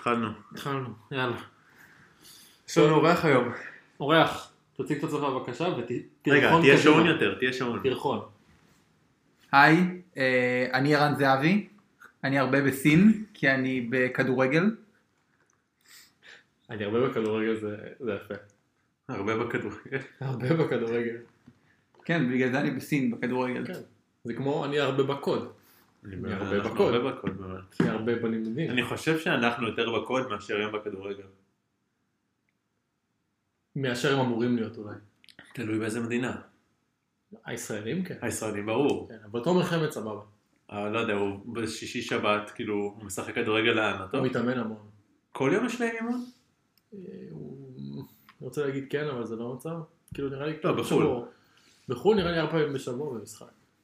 התחלנו, יאללה. יש לנו אורח היום. אורח, תציג את עצמך בבקשה ותרחון. רגע, תהיה שעון יותר, תהיה שעון. תרחון. היי, אני ערן זהבי, אני הרבה בסין, כי אני בכדורגל. אני הרבה בכדורגל, זה יפה. הרבה בכדורגל. הרבה בכדורגל. כן, בגלל זה אני בסין, בכדורגל. כן. זה כמו אני הרבה בקוד. אני הרבה אנחנו בקוד. הרבה בקוד באמת. אני הרבה בלימודים. אני חושב שאנחנו יותר בקוד מאשר הם בכדורגל. מאשר הם אמורים להיות אולי. תלוי באיזה מדינה. הישראלים כן. הישראלים ברור. כן, אבל תומר חמד סבבה. לא יודע, הוא בשישי שבת, כאילו, הוא משחק כדורגל לענתו. הוא מתאמן המון. כל יום יש להם אימון? אני רוצה להגיד כן, אבל זה לא מצב. כאילו נראה לי... לא, בחול. בחול נראה לי 4 פעמים בשבוע במשחק.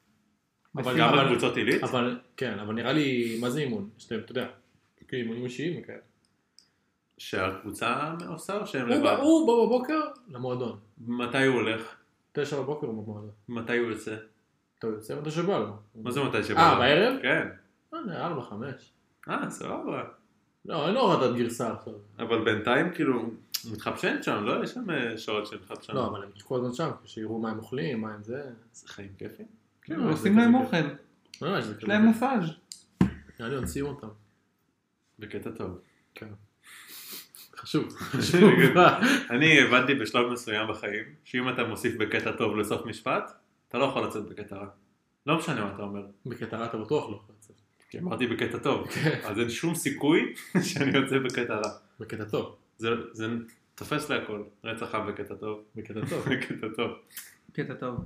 גם בקבוצות עילית? אבל, כן, אבל נראה לי, מה זה אימון? יש להם, אתה יודע, כאילו אימונים אישיים וכאלה. שהקבוצה עושה או שהם לבד? הוא בא בבוקר למועדון. מתי הוא הולך? 9 בבוקר הוא במועדון. מתי הוא יוצא? אתה יוצא מתי שבא לו. מה זה מתי שבא? בערב? כן. 4, 5. סבבה. לא, אין הורדת גרסה עכשיו. אבל בינתיים כאילו מתחפשן שם, לא? יש שם שעות שמתחפשן. לא, אבל הם כל הזמן שם, שיראו מה הם אוכלים, מה הם זה. זה חיים כיפים. כן, עושים להם אוכל. יש להם מסאז'. נראה לי הוציאו אותם. בקטע טוב. כן. חשוב. אני הבנתי בשלב מסוים בחיים, שאם אתה מוסיף בקטע טוב לסוף משפט, אתה לא יכול לצאת בקטע רע. לא משנה מה אתה אומר. בקטע רע אתה בטוח לא יכול לצאת. כי אמרתי בקטע טוב, אז אין שום סיכוי שאני יוצא בקטע רע. בקטע טוב. זה תופס להכל. רצח עם בקטע טוב. בקטע טוב. בקטע טוב. קטע טוב.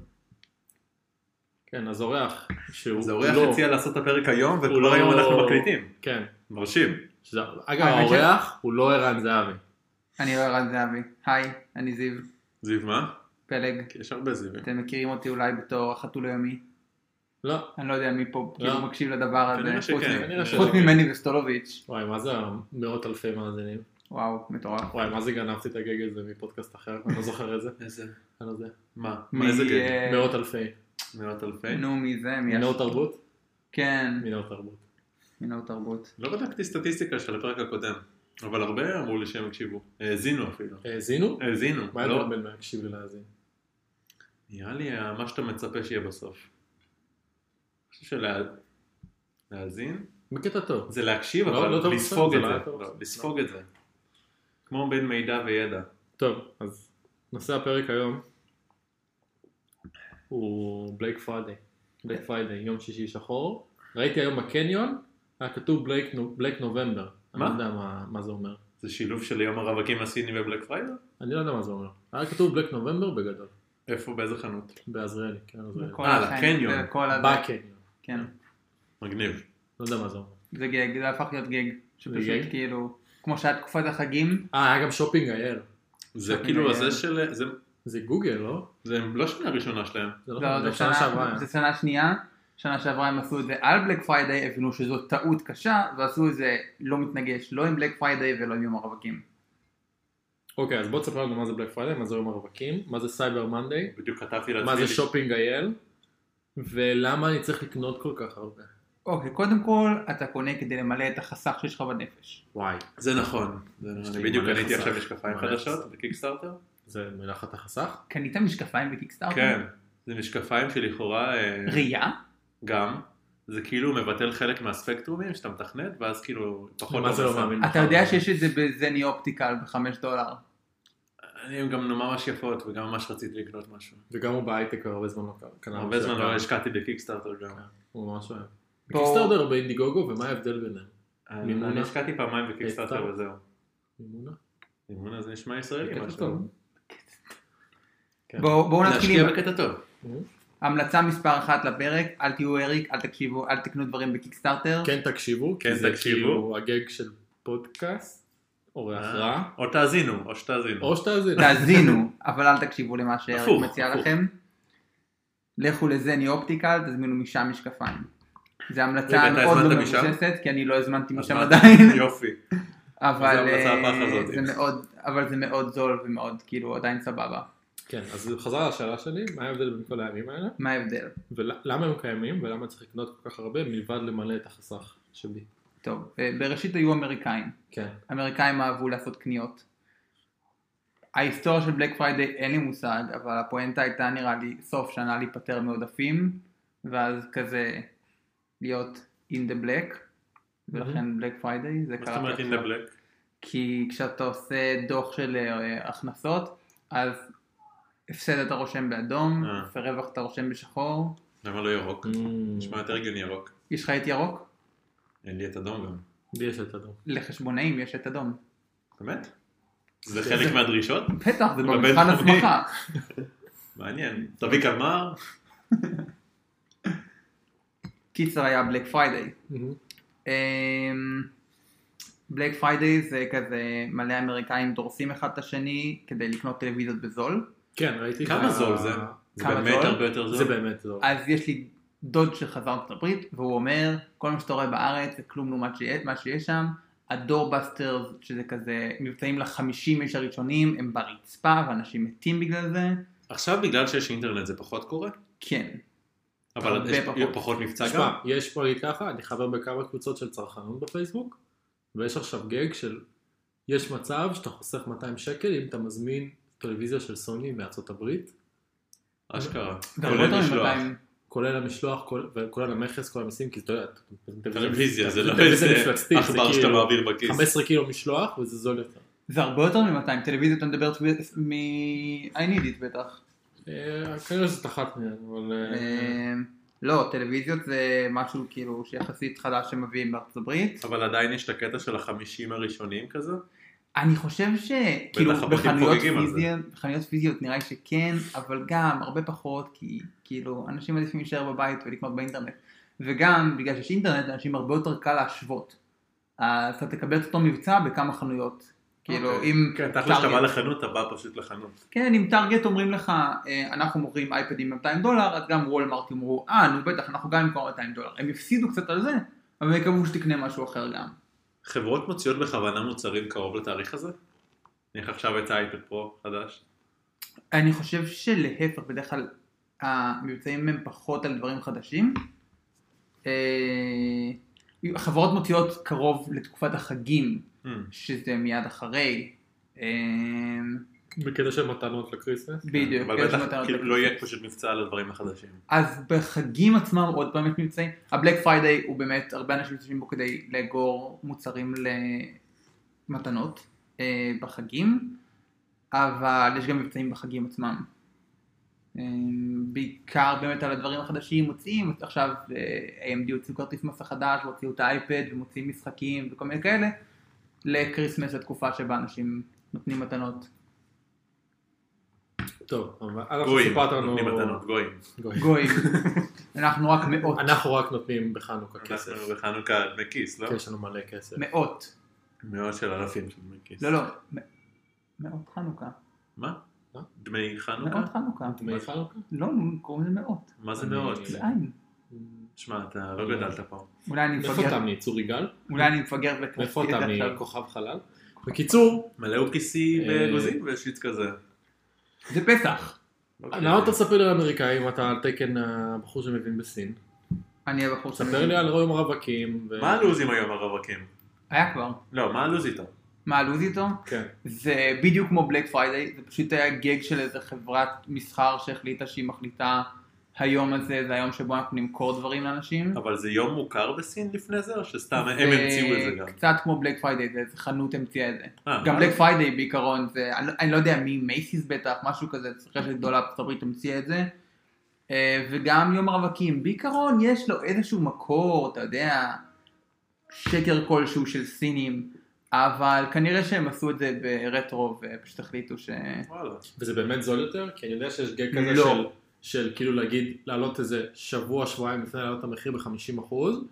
כן, אז אורח שהוא... אז האורח הציע לעשות את הפרק היום, וכבר היום אנחנו מקליטים. כן. מרשים. אגב, האורח הוא לא ערן זהבי. אני לא ערן זהבי. היי, אני זיו. זיו מה? פלג. יש הרבה זיווים. אתם מכירים אותי אולי בתור החתול היומי. לא. אני לא יודע מי פה כאילו מקשיב לדבר כנראה הזה. שכן. חוץ ממני וסטולוביץ'. וואי, מה זה מאות אלפי מאזינים? וואו, מטורף. וואי, מה זה גנבתי את הגג הזה מפודקאסט אחר? אני לא זוכר את זה. איזה? אני לא יודע. מה? איזה גג? מאות אלפי. מאות אלפי? נו, מי זה? מינאות תרבות? כן. מינאות תרבות. מינאות תרבות. לא בדקתי סטטיסטיקה של הפרק הקודם, אבל הרבה אמרו לי שהם הקשיבו. האזינו אפילו. האזינו? האזינו. מה אתה בין להקשיב ולהאזין? נראה לי מה שאתה מצפה שיהיה בסוף. אני חושב שלהאזין בקטע טוב. זה להקשיב, לא, אבל לא טוב לספוג זה את לא זה. היה טוב. לא, לספוג את זה. כמו בין מידע וידע. טוב, אז נושא הפרק היום הוא בלייק פריידיי. בלייק פריידיי, יום שישי שחור. ראיתי היום בקניון, היה כתוב בלייק נובמבר. אני לא יודע מה זה אומר. זה שילוב של יום הרווקים הסיני ובלק פריידיי? אני לא יודע מה זה אומר. היה כתוב בלייק נובמבר בגדול. איפה? באיזה חנות? בעזריאלי, כן, עזריאלי. לקניון. בקניון. כן. מגניב. לא יודע מה זה אומר. זה גג, זה הפך להיות גג. גג? שפשוט כאילו, כמו שהיה תקופת החגים. היה גם שופינג אייל. זה כאילו הזה של... זה גוגל, לא? זה לא שנה ראשונה שלהם. לא, זה שנה שעברה. זה שנה שנייה. שנה שעברה הם עשו את זה על בלק פריידיי, הבינו שזו טעות קשה, ועשו את זה לא מתנגש, לא עם בלק פריידיי ולא עם יום הרווקים. אוקיי, אז בוא תספר לנו מה זה בלק פריידיי, מה זה יום הרווקים, מה זה סייבר מנדיי, בדיוק כתבתי לעצמי. מה זה שופינג אייל, ולמה אני צריך לקנות כל כך הרבה. אוקיי, קודם כל, אתה קונה כדי למלא את החסך שיש לך בנפש. וואי. זה נכון. אני בדיוק קניתי עכשיו משקפיים חדשות בקיקסטארטר. זה מלאכת החסך? קנית משקפיים בקיקסטארטר? כן. זה משקפיים שלכאורה... ראייה? גם. זה כאילו מבטל חלק מהספקטרומים שאתה מתכנת, ואז כאילו פחות... מה זה לא מאמין? אתה יודע שיש את זה בזני אופטיקל ב$5. אני גם ממש יפות, וגם ממש רציתי לקנות משהו. וגם הוא בהייטק הרבה זמן לא קנה. הרבה זמן לא השקעתי בקיקסטארטר גם. הוא ממש אוהב. בקיקסטארטר או באינדיגוגו, ומה ההבדל ביניהם? אני השקעתי פעמיים בקיקסטארטר וזהו. מימונה? מימונה זה נשמע ישראלי בקטע משהו. טוב. בואו נתחיל להשקיע עם בקטע טוב. המלצה מספר 1 לפרק, אל תהיו אריק, אל תקשיבו, אל תקנו דברים בקיקסטארטר. כן תקשיבו, כן, כי זה תקשיבו. כאילו הגג של פודקאסט, אורח רע. או תאזינו, או שתאזינו. או שתאזינו. תאזינו, אבל אל תקשיבו למה שאריק הפוך, מציע הפוך. לכם. לכו לזני אופטיקל, תזמינו משם משקפיים. זו המלצה רגע, אתה מאוד לא הזמנת משם? מבוססת, כי אני לא הזמנתי אז משם מה? עדיין. יופי. אבל זו המלצה הפח הזאת. זה מאוד זול ומאוד כאילו עדיין סבבה. כן, אז חזר לשאלה שלי, מה ההבדל בין כל הימים האלה? מה ההבדל? ולמה הם קיימים, ולמה צריך לקנות כל כך הרבה, מלבד למלא את החסך שלי. טוב, בראשית היו אמריקאים. כן. אמריקאים אהבו לעשות קניות. ההיסטוריה של בלק פריידיי אין לי מושג, אבל הפואנטה הייתה נראה לי סוף שנה להיפטר מעודפים, ואז כזה להיות in the black, ולכן בלק פריידיי זה מה זאת אומרת in the black? כי כשאתה עושה דוח של הכנסות, אז הפסד אתה רושם באדום, ורווח אתה רושם בשחור. למה לא ירוק? נשמע יותר הגיוני ירוק. יש לך את ירוק? אין לי את אדום גם. לי יש את אדום. לחשבונאים יש את אדום. באמת? זה חלק מהדרישות? בטח, זה במבחן הסמכה. מעניין. תביא קלמר? קיצר היה בלק פריידיי. בלק פריידיי זה כזה מלא אמריקאים דורסים אחד את השני כדי לקנות טלוויזיות בזול. כן, ראיתי. כמה זול זה? זה באמת הרבה יותר זול? זה באמת זול. אז יש לי דוד שחזר מארצות הברית, והוא אומר, כל מה שאתה רואה בארץ זה כלום לעומת מה שיש שם. הדורבאסטר, שזה כזה מבצעים ל50 איש הראשונים, הם ברצפה, ואנשים מתים בגלל זה. עכשיו בגלל שיש אינטרנט זה פחות קורה? כן. אבל יש פחות מבצע גם? תשמע, יש פה ככה, אני חבר בכמה קבוצות של צרכנות בפייסבוק, ויש עכשיו גג של, יש מצב שאתה חוסך 200 שקל אם אתה מזמין טלוויזיה של סוני מארצות הברית. אשכרה. כולל משלוח. כולל המשלוח, וכולל המכס, כל המיסים, כי אתה יודע, טלוויזיה זה לא איזה עכבר שאתה מעביר בכיס. 15 קילו משלוח וזה זול יותר. זה הרבה יותר מ-200, טלוויזיה אתה מדבר מ-I need it בטח. כנראה זאת אחת מהן, אבל... לא, טלוויזיות זה משהו כאילו שיחסית חדש שמביאים בארצות הברית. אבל עדיין יש את הקטע של ה50 הראשונים כזה? אני חושב שכאילו בחנויות פיזיות נראה לי שכן, אבל גם הרבה פחות, כי כאילו אנשים מעדיפים להישאר בבית ולקנות באינטרנט. וגם בגלל שיש אינטרנט, אנשים הרבה יותר קל להשוות. אז אתה תקבל את אותו מבצע בכמה חנויות. כאילו אם... כן, תכף שאתה בא לחנות, אתה בא פשוט לחנות. כן, אם טארגט אומרים לך, אנחנו מוכרים אייפדים $200, אז גם וולמארט יאמרו, נו בטח, אנחנו גם נמכור $200. הם יפסידו קצת על זה, אבל הם יקבלו שתקנה משהו אחר גם. חברות מוציאות בכוונה מוצרים קרוב לתאריך הזה? איך עכשיו יצא אייפד פרו חדש? אני חושב שלהפך, בדרך כלל המבצעים הם פחות על דברים חדשים. חברות מוציאות קרוב לתקופת החגים, שזה מיד אחרי. בקטע של מתנות לקריסמס? בדיוק. אבל בטח לא יהיה פשוט מבצע על הדברים החדשים. אז בחגים עצמם עוד פעם יש מבצעים. הבלק פריידיי הוא באמת, הרבה אנשים משתמשים בו כדי לאגור מוצרים למתנות בחגים, אבל יש גם מבצעים בחגים עצמם. בעיקר באמת על הדברים החדשים מוצאים, עכשיו AMD הוציאו כרטיס מסך חדש, והוציאו את האייפד ומוצאים משחקים וכל מיני כאלה, לקריסמס לתקופה שבה אנשים נותנים מתנות. טוב, אבל גויים, נותנים מתנות, גויים. גויים. אנחנו רק מאות. אנחנו רק נותנים בחנוכה כסף. אנחנו בחנוכה דמי כיס, לא? כי יש לנו מלא כסף. מאות. מאות של אלפים של דמי כיס. לא, מאות חנוכה. מה? דמי חנוכה? מאות חנוכה. דמי חנוכה? לא, קוראים לזה מאות. מה זה מאות? זה עין. שמע, אתה לא גדלת פה. אולי אני מפגר. איפה אתה מיצור יגאל? אולי אני מפגר בקלאסי. איפה אתה מכוכב חלל? בקיצור, מלא אופיסי בגוזים ושיץ כזה. זה פסח. למה אתה ספר לי על אמריקאים, אתה על תקן הבחור שמבין בסין? אני הבחור שמבין. ספר לי על יום הרווקים. מה הלו"ז עם היום הרווקים? היה כבר. לא, מה הלו"ז איתו? מה הלו"ז איתו? כן. זה בדיוק כמו בלק פריידיי, זה פשוט היה גג של איזה חברת מסחר שהחליטה שהיא מחליטה היום הזה, זה היום שבו אנחנו נמכור דברים לאנשים. אבל זה יום מוכר בסין לפני זה, או שסתם הם המציאו את זה גם? קצת כמו בלק פריידיי, זה חנות המציאה את זה. גם מה? בלק פריידיי בעיקרון, אני לא יודע מי, מייסיס בטח, משהו כזה, צריכה שגדולה בארצות הברית המציאה את זה. וגם יום הרווקים, בעיקרון יש לו איזשהו מקור, אתה יודע, שקר כלשהו של סינים, אבל כנראה שהם עשו את זה ברטרו ופשוט החליטו ש... וואלה. וזה באמת זול יותר? כי אני יודע שיש גג כזה לא. של כאילו להגיד, לעלות איזה שבוע, שבועיים לפני לעלות את המחיר ב-50%,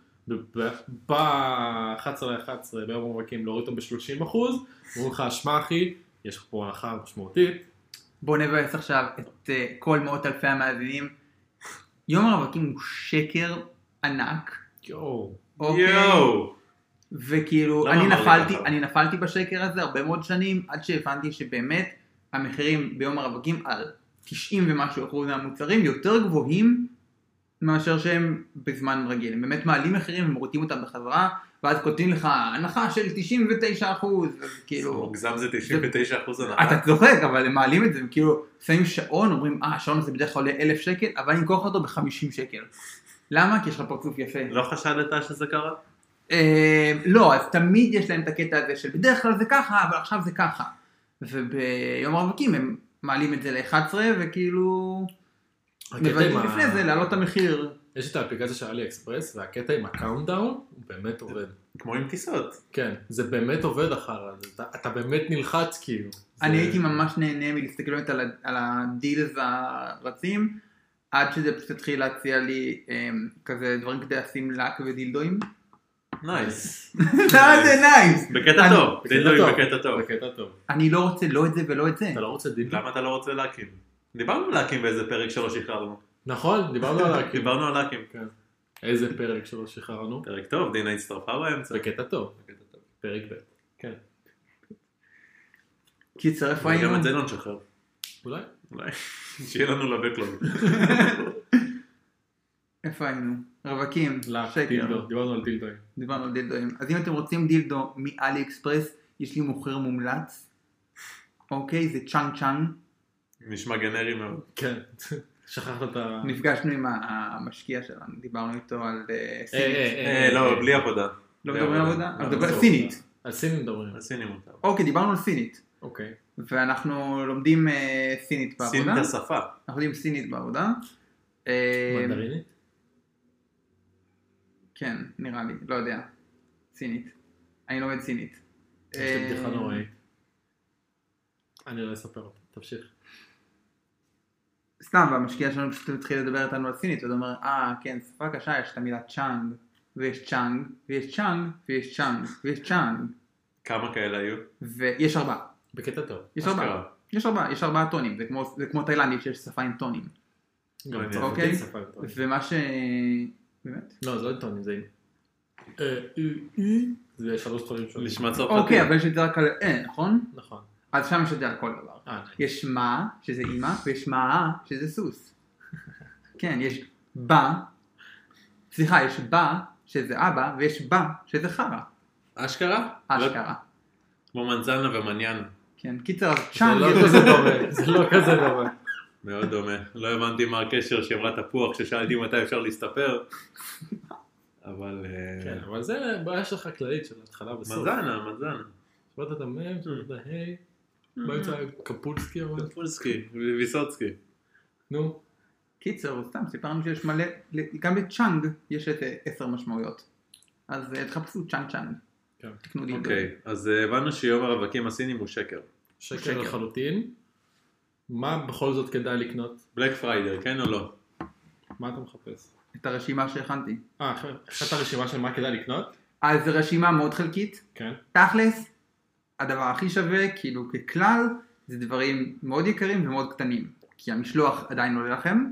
ב-11 ביום הרווקים להוריד אותו ב-30%, ואומרים לך, שמע אחי, יש פה הנחה משמעותית. בוא נבאס עכשיו את כל מאות אלפי המאזינים. יום הרווקים הוא שקר ענק. יואו. יואו. וכאילו, אני נפלתי בשקר הזה הרבה מאוד שנים, עד שהבנתי שבאמת המחירים ביום הרווקים על 90 ומשהו אחוז מהמוצרים יותר גבוהים מאשר שהם בזמן רגיל. הם באמת מעלים מחירים ומורידים אותם בחזרה, ואז כותבים לך הנחה של 99%, כאילו... מוגזם זה 99% הנחה. אתה צוחק, אבל הם מעלים את זה, הם כאילו שמים שעון, אומרים, השעון הזה בדרך כלל עולה 1,000 שקל, אבל אני אמכור אותו ב-50 שקל. למה? כי יש לך פרצוף יפה. לא חשדת שזה קרה? לא, אז תמיד יש להם את הקטע הזה של בדרך כלל זה ככה, אבל עכשיו זה ככה. וביום הרווקים הם מעלים את זה ל-11, וכאילו... מבטאים לפני זה להעלות את המחיר. יש את האפליקציה של אלי אקספרס, והקטע עם הקאונטדאון הוא באמת עובד. כמו עם טיסות. כן, זה באמת עובד אחר, אתה באמת נלחץ כאילו. אני הייתי ממש נהנה מלהסתכל באמת על הדילס הרצים, עד שזה פשוט התחיל להציע לי כזה דברים כדי לשים לק ודילדואים. נייס. זה נייס. בקטע טוב. דילדואים בקטע טוב. בקטע טוב. אני לא רוצה לא את זה ולא את זה. אתה לא רוצה דילדואים? למה אתה לא רוצה להקים? דיברנו על להקים באיזה פרק שלא שחררנו. נכון, דיברנו על להקים. דיברנו על להקים. איזה פרק שלא שחררנו? פרק טוב, דינה הצטרפה באמצע. בקטע טוב. פרק ב'. כן. קיצר, איפה היינו? גם את זה לא נשחרר. אולי? אולי. שיהיה לנו לבקלוג. איפה היינו? רווקים. דילדו. דיברנו על דילדואים. דיברנו על דילדואים. אז אם אתם רוצים דילדו מאלי אקספרס, יש לי מוכר מומלץ. אוקיי, זה צ'אנג צ'אנג. נשמע גנרי מאוד. כן. שכחת את ה... נפגשנו עם המשקיע שלנו, דיברנו איתו על סינית. לא, בלי עבודה. לא מדברים על עבודה? אבל מדברים על סינית. על סינית מדברים. על סינים מותר. אוקיי, דיברנו על סינית. אוקיי. ואנחנו לומדים סינית בעבודה. סינית השפה. אנחנו לומדים סינית בעבודה. מנדרינית? כן, נראה לי, לא יודע. סינית. אני לומד סינית. יש לי בדיחה נוראית. אני לא אספר אותה, תמשיך. סתם, והמשקיע שלנו פשוט התחיל לדבר איתנו על סינית, הוא אומר, כן, שפה קשה, יש את המילה צ'אנג, ויש צ'אנג, ויש צ'אנג, ויש צ'אנג, ויש צ'אנג. כמה כאלה היו? ויש 4. בקטע טוב. יש 4 טונים, זה כמו תאילנדית שיש שפה עם טונים. אוקיי? ומה ש... באמת? לא, זה לא טונים, זה... זה 3 טונים שונים. נשמע צרפתי. אוקיי, אבל יש את זה רק על נכון? נכון. אז שם יש את זה על כל דבר. יש מה, שזה אמא, ויש מה, שזה סוס. כן, יש בא, סליחה, יש בא, שזה אבא, ויש בא, שזה חרא. אשכרה? אשכרה. כמו מנזנה ומניאנה. כן, קיצר, אז צ'אנג... זה לא כזה דומה. מאוד דומה. לא הבנתי מה הקשר שאמרה תפוח כששאלתי מתי אפשר להסתפר. אבל... כן, אבל זה בעיה שלך כללית של התחלה בסוף. מנזנה. שבאת את המם, שבאת את ההי. מה יוצא קפולסקי או מה? קפולסקי, ויסוצקי. נו. קיצר, סתם, סיפרנו שיש מלא, גם לצ'אנג יש את 10 משמעויות. אז תחפשו צ'אנג צ'אנג. תקנו לי. אוקיי, אז הבנו שיום הרווקים הסינים הוא שקר. שקר לחלוטין. מה בכל זאת כדאי לקנות? בלק פריידר, כן או לא? מה אתה מחפש? את הרשימה שהכנתי. אחת הרשימה של מה כדאי לקנות? אז זו רשימה מאוד חלקית. כן. תכלס, הדבר הכי שווה, כאילו ככלל, זה דברים מאוד יקרים ומאוד קטנים. כי המשלוח עדיין לא עולה לכם.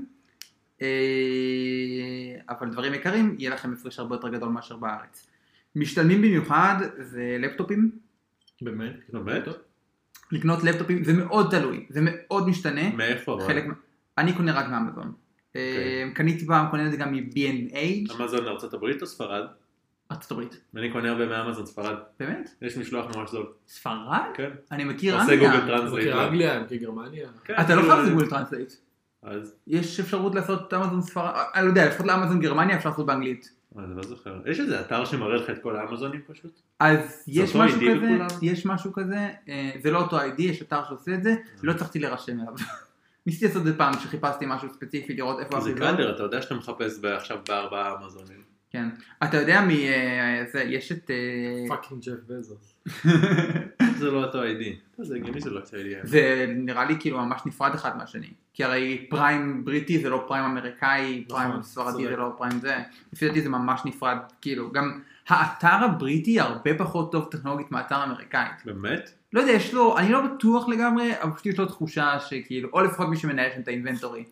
אבל דברים יקרים, יהיה לכם הפרש הרבה יותר גדול מאשר בארץ. משתלמים במיוחד, זה לפטופים. באמת? לקנות לפטופים, זה מאוד תלוי, זה מאוד משתנה. מאיפה? אני קונה רק מאמזון. קניתי פעם, קונה את זה גם מ-B&H. אמזון לארצות הברית או ספרד? ארצות הברית. אני קונה הרבה מאמזון ספרד. באמת? יש משלוח ממש זול. ספרד? כן. אני מכיר עושה אנגליה. גוגל טרנסלייט. מכיר אנגליה, מכיר גרמניה. אתה לא חייב לעשות גוגל טרנסלייט. אז? יש אפשרות לעשות אמזון ספרד, אני לא יודע, לפחות לאמזון גרמניה אפשר לעשות באנגלית. אני לא זוכר. יש איזה אתר שמראה לך את כל האמזונים פשוט? אז יש משהו כזה, זה לא אותו ID, יש אתר שעושה את זה, לא צריכתי להירשם אליו. ניסיתי לעשות את זה פעם שחיפשתי משהו ספציפי, לראות איפה... זה קלדר, אתה יודע שאתה מחפש עכשיו ב4 אמזונים. כן. אתה יודע מי... יש את... פאקינג ג'ף בזוס. זה לא אותו ID. זה הגיוני זה לא אותו ID. זה נראה לי כאילו ממש נפרד אחד מהשני. כי הרי פריים בריטי זה לא פריים אמריקאי, פריים ספרדי זה לא פריים זה. לפי דעתי זה ממש נפרד. כאילו, גם האתר הבריטי הרבה פחות טוב טכנולוגית מהאתר האמריקאית. באמת? לא יודע, יש לו... אני לא בטוח לגמרי, אבל פשוט יש לו תחושה שכאילו... או לפחות מי שמנהל שם את האינבנטורי.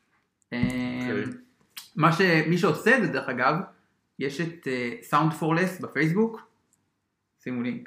מי שעושה את זה דרך אגב, יש את Sound for Less בפייסבוק, שימו לינק.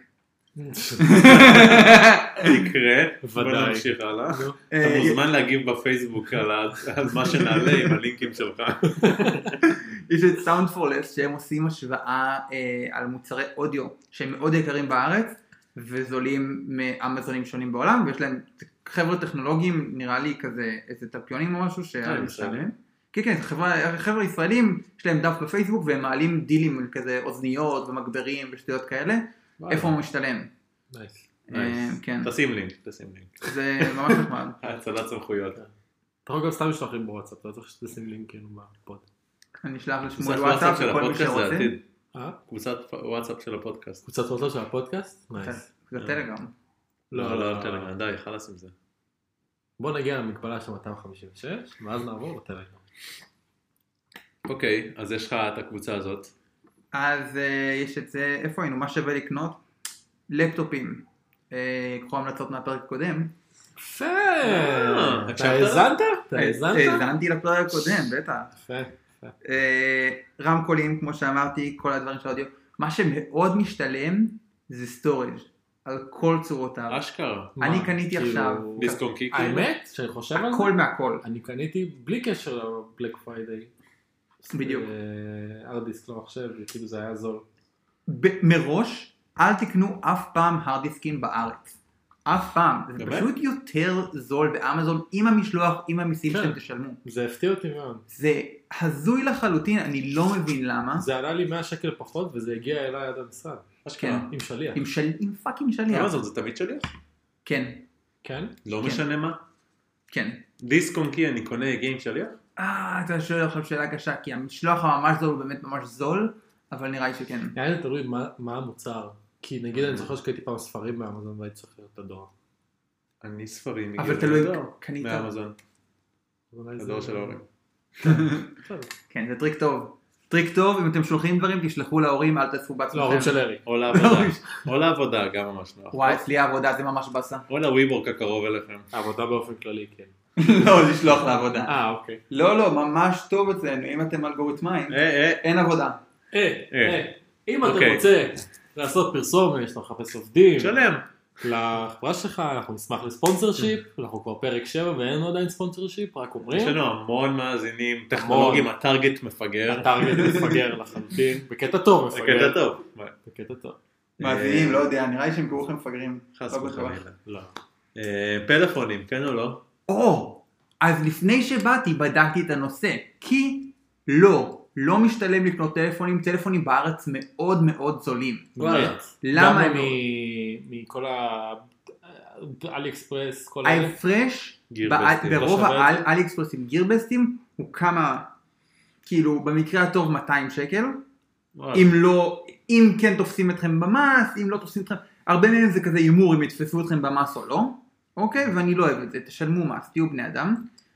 יקרה, בוא נמשיך הלאה. אתה מוזמן להגיב בפייסבוק על מה שנעלה עם הלינקים שלך. יש את סאונדפורלס שהם עושים השוואה על מוצרי אודיו שהם מאוד יקרים בארץ וזולים מאמזונים שונים בעולם, ויש להם חבר'ה טכנולוגיים, נראה לי כזה איזה טלפיונים או משהו שהיה משלם. כן, חבר'ה ישראלים, יש להם דף בפייסבוק והם מעלים דילים כזה אוזניות ומגברים ושטויות כאלה, איפה הוא משתלם. נייס. תשים לינק. זה ממש נחמד. הצלת סמכויות. אתה יכול גם סתם לשלוח לי בוואטסאפ, אתה צריך שתשים לינקים בפוד. אני אשלח לשמואל וואטסאפ וכל מי שרוצה. קבוצת וואטסאפ של הפודקאסט. קבוצת וואטסאפ של הפודקאסט? נייס. זה טלגרם. לא, טלגרם, די, חלאס עם זה. בוא נגיע למגבלה של 256, ואז נעבור לטלגרם. אוקיי, אז יש לך את הקבוצה הזאת. אז יש את זה, איפה היינו? מה שווה לקנות? לפטופים. קחו המלצות מהפרק הקודם. יפה! אתה האזנת? האזנתי לפרק הקודם, בטח. יפה. רמקולים, כמו שאמרתי, כל הדברים של האודיו. מה שמאוד משתלם זה סטורג' על כל צורותיו. אשכרה. אני קניתי עכשיו. דיסק און קי. האמת, שאני חושב על זה, הכל מהכל. אני קניתי בלי קשר לבלק פריידיי. בדיוק. ארדיסק לא מחשב, כאילו זה היה זול. מראש, אל תקנו אף פעם הרדיסקים בארץ. אף פעם. זה פשוט יותר זול באמזון עם המשלוח, עם המיסים שאתם תשלמו. זה הפתיע אותי מאוד. זה הזוי לחלוטין, אני לא מבין למה. זה עלה לי 100 שקל פחות וזה הגיע אליי עד המשרד. כן. עם שליח. עם פאקינג שליח. אמזון זה תמיד שליח? כן. כן? לא משנה מה? כן. דיסק און קי אני קונה עם שליח? אתה שואל עכשיו שאלה קשה, כי המשלוח הממש זול הוא באמת ממש זול, אבל נראה לי שכן. היה לי תלוי מה המוצר. כי נגיד אני זוכר שקניתי פעם ספרים באמזון והייתי צריך להיות את הדואר. אני ספרים אבל תלוי, קנית מאמזון. הדואר של ההורים. כן, זה טריק טוב. טריק טוב, אם אתם שולחים דברים, תשלחו להורים, אל תעשו בעצמכם. להורים של ארי. או לעבודה, גם ממש נוח. וואי, אצלי העבודה זה ממש בסה. או לוויבורק הקרוב אליכם. העבודה באופן כללי, כן. לא, לשלוח לעבודה. אוקיי. לא, ממש טוב אצלנו, אם אתם אלגוריתמיים, אין עבודה. אם אתה רוצה לעשות פרסום, יש לך לחפש עובדים. שלם. לחברה שלך, אנחנו נשמח לספונסר שיפ, אנחנו כבר פרק 7 ואין עדיין ספונסר שיפ, רק אומרים. יש לנו המון מאזינים טכנולוגיים, הטארגט מפגר. הטארגט מפגר לחלוטין, בקטע טוב מפגר. בקטע טוב. מאזינים, לא יודע, נראה לי שהם קראו לכם מפגרים. חס וחלילה. לא. פלאפונים, כן או לא? אז לפני שבאתי בדקתי את הנושא, כי לא משתלם לקנות טלפונים בארץ מאוד מאוד זולים. למה הם לא? מכל האלי אקספרס, כל ההפרש ברוב האלי אקספרס עם גירבסטים הוא כמה, כאילו במקרה הטוב 200 שקל, אם כן תופסים אתכם במס, אם לא תופסים אתכם, הרבה מהם זה כזה אימור אם יתפסו אתכם במס או לא, אוקיי? ואני לא אוהב את זה, תשלמו מס, תהיו בני אדם.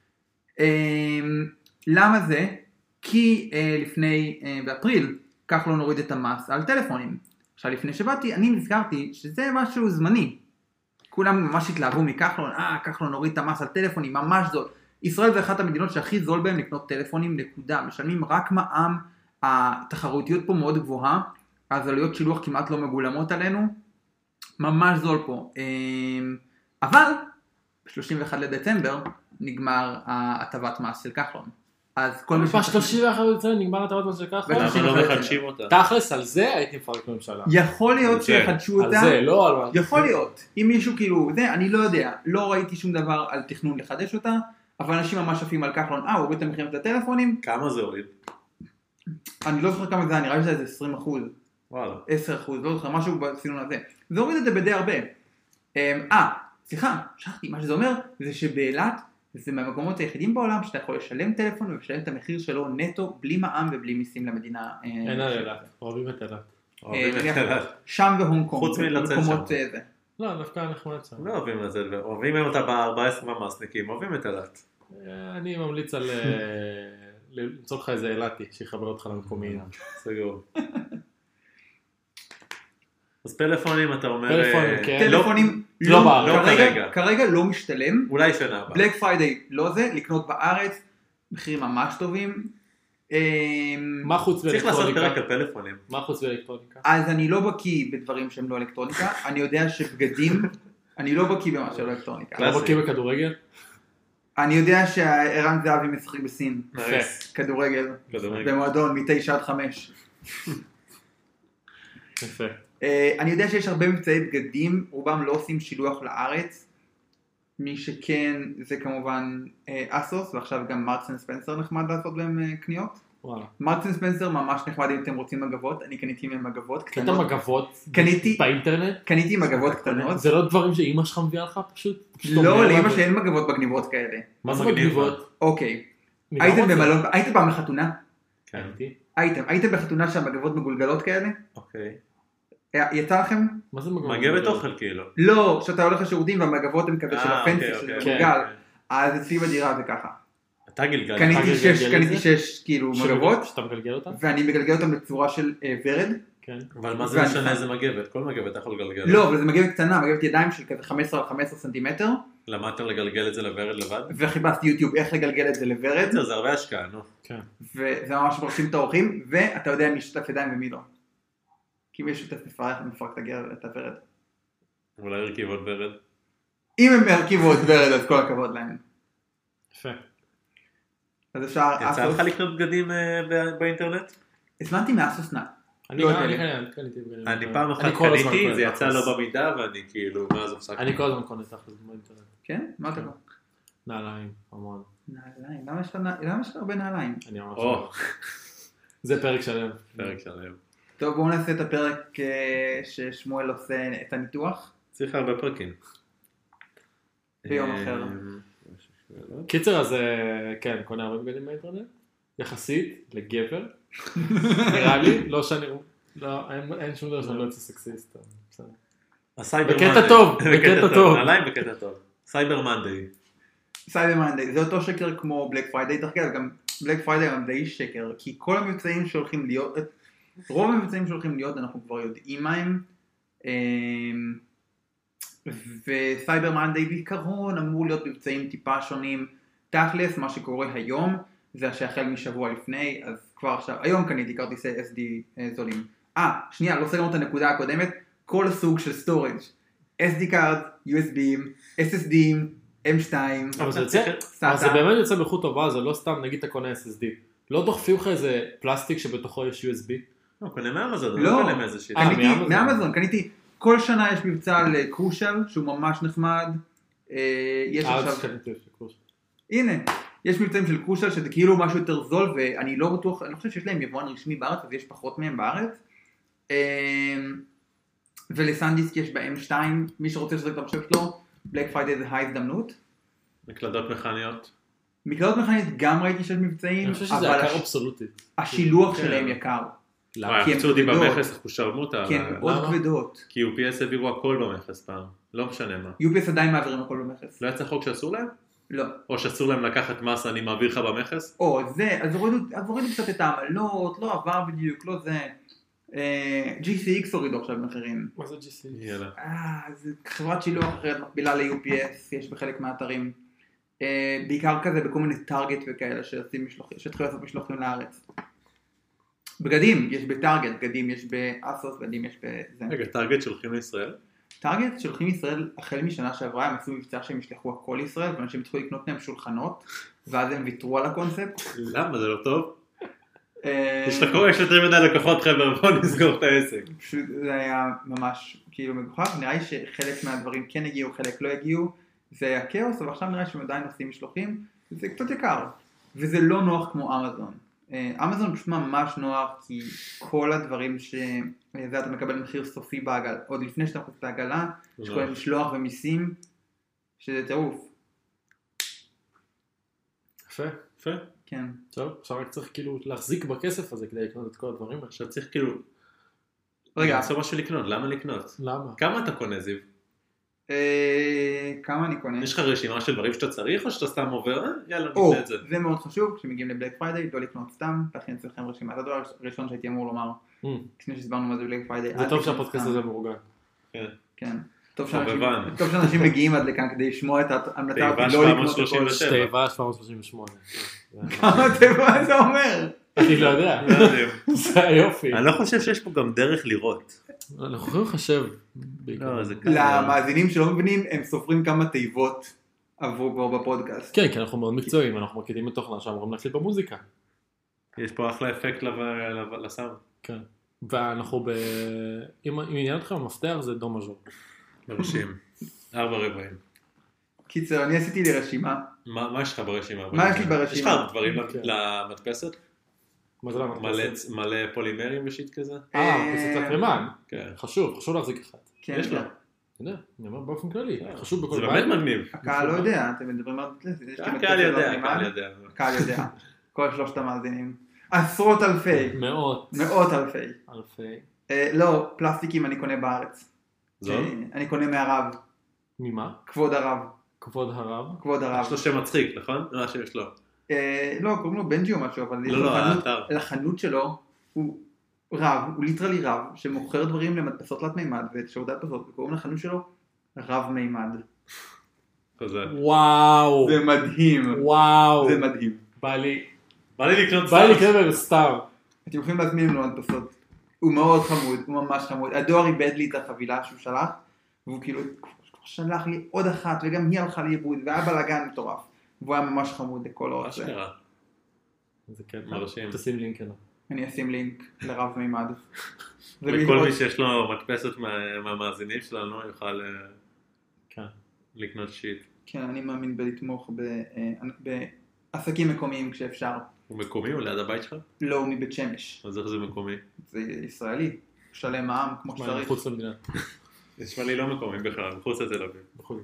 למה זה? כי באפריל, כך לא נוריד את המס על טלפונים. עכשיו לפני שבאתי, אני נזכרתי שזה משהו זמני. כולם ממש התלהבו מכחלון, כחלון נוריד את המס על טלפונים, ממש זול. ישראל זה אחת המדינות שהכי זול בהם לקנות טלפונים, נקודה. משלמים רק מע"מ, התחרותיות פה מאוד גבוהה, אז עלויות שילוח כמעט לא מגולמות עלינו, ממש זול פה. אבל, ב-31 לדצמבר נגמר הטבת מס של כחלון. אז כל מי ב-31 לדצמבר נגמר הטבת מס של כחלון? אנחנו לא מחדשים אותה. תכלס, על זה הייתי מפרק ממשלה. יכול להיות שיחדשו אותה. על זה, לא על מה. יכול להיות. אם מישהו כאילו, אני לא יודע, לא ראיתי שום דבר על תכנון לחדש אותה, אבל אנשים ממש עפים על כחלון, הוריד את המחירים את הטלפונים. כמה זה הוריד? אני לא זוכר כמה זה, נראה לי שזה 20%. וואלה. 10%, לא זוכר, משהו בסינון הזה. זה הוריד את זה בדי הרבה. סליחה, שכחתי, מה שזה אומר, זה שבאילת, זה מהמקומות היחידים בעולם שאתה יכול לשלם טלפון ולשלם את המחיר שלו נטו, בלי מע"מ ובלי מיסים למדינה. אין על אילת, אוהבים את אילת. שם והונג קונג. חוץ מלצאת שם. לא, דווקא אנחנו נצא. לא אוהבים את זה, אוהבים אותה ב-14 במסניקים, אוהבים את אילת. אני ממליץ על למצוא לך איזה אילתי שיחבר אותך למקומיים. סגור. אז פלאפונים אתה אומר... פלאפונים, כן. טלפונים לא כרגע לא משתלם. אולי שנה הבאה. בלק פריידיי לא זה, לקנות בארץ, מחירים ממש טובים. מה חוץ באלקטרוניקה? צריך לעשות פרק על פלאפונים. מה חוץ באלקטרוניקה? אז אני לא בקיא בדברים שהם לא אלקטרוניקה, אני יודע שבגדים, אני לא בקיא במה שלא אלקטרוניקה. לא בקיא בכדורגל? אני יודע שערן זהבי משחק בסין. נייס. כדורגל. במועדון מ-9 עד 5. יפה. אני יודע שיש הרבה מבצעי בגדים, רובם לא עושים שילוח לארץ. מי שכן זה כמובן אסוס, ועכשיו גם מרקס אנד ספנסר נחמד לעשות בהם קניות. וואלה. מרקס אנד ספנסר ממש נחמד אם אתם רוצים מגבות, אני קניתי מהם מגבות קטע קטנות. מגבות קניתי- באינטרנט? קניתי מגבות קטנות. זה לא דברים שאימא שלך מביאה לך פשוט? לא, לאמא שאין מגבות בגניבות כאלה. מה זה מגניב. מגניבות? אוקיי. אני גם הייתם רוצה. במלון, הייתם פעם בחתונה? כן. הייתם בחתונה שהמגבות מגולגלות כאלה? אוקיי. יצא לכם? מה זה מגניבות? מגבת אוכל כאילו. לא, שאתה הולך לשירותים והמגבות הן כזה של הפנסי, אוקיי, שזה אוקיי. מגולגל. אז אצלי בדירה זה ככה. אתה גלגל. קניתי 6 כאילו מגבות, שאתה מגלגל אותה? ואני מגלגל אותם בצורה של ורד. כן. אבל מה זה ואני משנה חם. איזה מגבת? כל מגבת אתה יכול לגלגל. לא, אבל זה מגבת קטנה, מגבת ידיים של כזה 15 על 15 סנטימטר, למדת לגלגל את זה לוורד לבד? וחיפשתי יוטיוב איך לגלגל את זה לוורד, זה הרבה השקעה, נו. כן. וזה ממש מרשים את האורחים, ואתה יודע מי שותף ידיים ומי לא. כי מי שותף מפרק את הוורד. אולי הרכיב עוד ורד. אם הם הרכיבו עוד ורד, אז כל הכבוד להם. יפה. אז אפשר... יצא לך לקנות בגדים באינטרנט? הזמנתי מאסוס נע. אני לא גם יודע. קניתי בגדים. אני פעם אחת אני כל הזמן קניתי, קונה זה יצא תכלס. לא במידה ואני כאילו, מאז הפסקתי. אני כל הזמן קונה תכלס באינטרנט. כן? מה אתה קורא? נעליים, המון. נעליים. למה יש לך הרבה נעליים? אני ממש... או, זה פרק שלם. פרק שלם. טוב, בואו נעשה את הפרק ששמואל עושה את הניתוח. צריך הרבה פרקים. ביום אחר. קיצר, אז כן, קונה הרבה בגדים באינטרנט, יחסית לגבר, נראה לי, לא שאני, לא, אין שום דבר שאני לא יוצא סקסיסט, בסדר. הסייבר בקטע מנדי. טוב, בקטע טוב. נעליים בקטע טוב. סייבר מנדי. סייבר מנדי, זה אותו שקר כמו בלק פריידיי, דרך אגב, גם בלק פריידיי הם די שקר, כי כל המבצעים שהולכים להיות, רוב המבצעים שהולכים להיות אנחנו כבר יודעים מה הם, וסייבר מנדי בעיקרון אמור להיות מבצעים טיפה שונים, תכלס מה שקורה היום זה שהחל משבוע לפני, אז כבר עכשיו, היום קניתי כרטיסי SD זולים. שנייה, לא סגרנו את הנקודה הקודמת, כל סוג של סטורג' SD card, USB'ים, SSD'ים, M2, אבל זה יוצא, אבל זה באמת יוצא באיכות טובה, זה לא סתם נגיד אתה קונה SSD, לא דוחפים לך איזה פלסטיק שבתוכו יש USB? לא, קונה מאמזון, לא, לא קונה מאיזה שיט. קניתי מאמזון. מאמזון, קניתי, כל שנה יש מבצע לקרושל שהוא ממש נחמד, יש עכשיו, קניתי לפי קורס. הנה, יש מבצעים של קרושל שזה כאילו משהו יותר זול ואני לא בטוח, אני חושב שיש להם יבואן רשמי בארץ אז יש פחות מהם בארץ, ולסנדיסק יש ב-M2, מי שרוצה שזה את המחשב שלו, בלק פריידיי זה ההזדמנות. מקלדות מכניות. מקלדות מכנית גם ראיתי שיש מבצעים, אני חושב שזה אבל יקר אבסולוטית. השילוח כן. שלהם יקר. למה? כי הם קצו אותי כבדות. במכס, אנחנו שרמוטה. כן, מאוד למה? כבדות. כי UPS העבירו הכל במכס פעם. לא משנה מה. UPS עדיין מעבירים הכל במכס. לא יצא חוק שאסור להם? לא. או שאסור להם לקחת מס, אני מעביר לך במכס? או, זה, אז הורידו קצת את העמלות, לא עבר בדיוק, לא זה. GCX הורידו עכשיו מחירים. מה זה GC? יאללה. זה חברת שילוח אחרת מקבילה ל-UPS, יש בחלק מהאתרים. בעיקר כזה בכל מיני טארגט וכאלה שהתחילו לעשות משלוחים לארץ. בגדים, יש בטארגט, בגדים יש באסוס, בגדים יש בזה. רגע, טארגט שולחים לישראל? טארגט שולחים לישראל החל משנה שעברה, הם עשו מבצע שהם ישלחו הכל לישראל, ואנשים התחילו לקנות להם שולחנות, ואז הם ויתרו על הקונספט. למה? זה לא טוב? יש יותר מדי לקוחות חבר'ה, בוא נסגור את העסק. פשוט זה היה ממש כאילו מגוחך, נראה לי שחלק מהדברים כן הגיעו, חלק לא הגיעו, זה היה כאוס, אבל עכשיו נראה שהם עדיין עושים משלוחים, זה קצת יקר, וזה לא נוח כמו אמזון. אמזון פשוט ממש נוח, כי כל הדברים שזה אתה מקבל מחיר סופי בעגלה, עוד לפני שאתה מחוץ לעגלה, יש כל מיני משלוח ומיסים, שזה טירוף. יפה. יפה. כן. טוב, עכשיו רק צריך כאילו להחזיק בכסף הזה כדי לקנות את כל הדברים. עכשיו צריך כאילו... רגע. לעשות משהו לקנות, למה לקנות? למה? כמה אתה קונה זיו? כמה אני קונה? יש לך רשימה של דברים שאתה צריך או שאתה סתם עובר? יאללה, או, נקנה את זה. זה מאוד חשוב, כשמגיעים לבלק פריידיי, לא לקנות סתם, תכין אצלכם רשימה. זה הדבר הראשון שהייתי אמור לומר, לפני שהסברנו מה זה בלק פריידיי. זה טוב שהפודקאסט הזה מאורגן. כן. טוב חובבן. שאנשים מגיעים עד לכאן כדי לשמוע את ההמלצה, תיבה לא לקנות הכל. 737. תיבה 738. כמה תיבה זה אומר? אני לא יודע. לא יודע. זה היופי. אני לא חושב שיש פה גם דרך לראות. אנחנו יכולים לחשב. לא, זה כזה. למאזינים שלא מבינים, הם סופרים כמה תיבות עבור בפודקאסט. כן, כי אנחנו מאוד מקצועיים, אנחנו מקליטים בתוכנה שאמורים להקליט במוזיקה. יש פה אחלה אפקט לסאונד. כן. ואנחנו אם עניין אתכם המפתח זה דו מז'ור. מרשים. 4 רבעים. קיצר, אני עשיתי לי רשימה. מה יש לך ברשימה? מה יש לי ברשימה? יש לך דברים כן. למדפסת? מה זה למדפסת? מלא פולימרים ושיט כזה? מדפסת לקרימן. כן. חשוב להחזיק אחד. כן, יש לו. אני אומר באופן כללי, חשוב בכל זה בית. באמת מגניב. הקהל לא יודע, אתם מדברים על מדפסת. הקהל יודע. הקהל יודע. כל 3 המאזינים. עשרות אלפי. מאות אלפי. לא, פלסטיקים אני קונה בארץ. זול? אני קונה מהרב. ממה? כבוד הרב. כבוד הרב. כבוד הרב. יש לו שם מצחיק, נכון? מה שיש לו? לא, קוראים לו בנג'י או משהו, אבל לחנות שלו הוא רב, הוא ליטרלי רב, שמוכר דברים למדפסות תלת מימד ושירותי הדפסות, וקוראים לחנות שלו רב מימד. חזק. וואו. זה מדהים. וואו. זה מדהים. בא לי לקנות סתם. אתם יכולים להזמין לו מדפסות. הוא מאוד חמוד, הוא ממש חמוד. הדואר איבד לי את החבילה שהוא שלח, והוא כאילו שלח לי עוד אחת, וגם היא הלכה לאיבוד, והיה בלגן מטורף. והוא היה ממש חמוד לכל אורך זה. אשכרה. זה כן. מרשים. תשים לינק אליו. אני אשים לינק לרב מימד. וכל מי שיש לו מדפסת מהמאזינים שלנו יוכל לקנות שיט. כן, אני מאמין בלתמוך בעסקים מקומיים כשאפשר. הוא מקומי? הוא ליד הבית שלך? לא, הוא מבית שמש. אז איך זה מקומי? זה ישראלי. שלם מע"מ כמו שצריך. מחוץ למדינה. נשמע לי לא מקומי בכלל, מחוץ לתל אביב.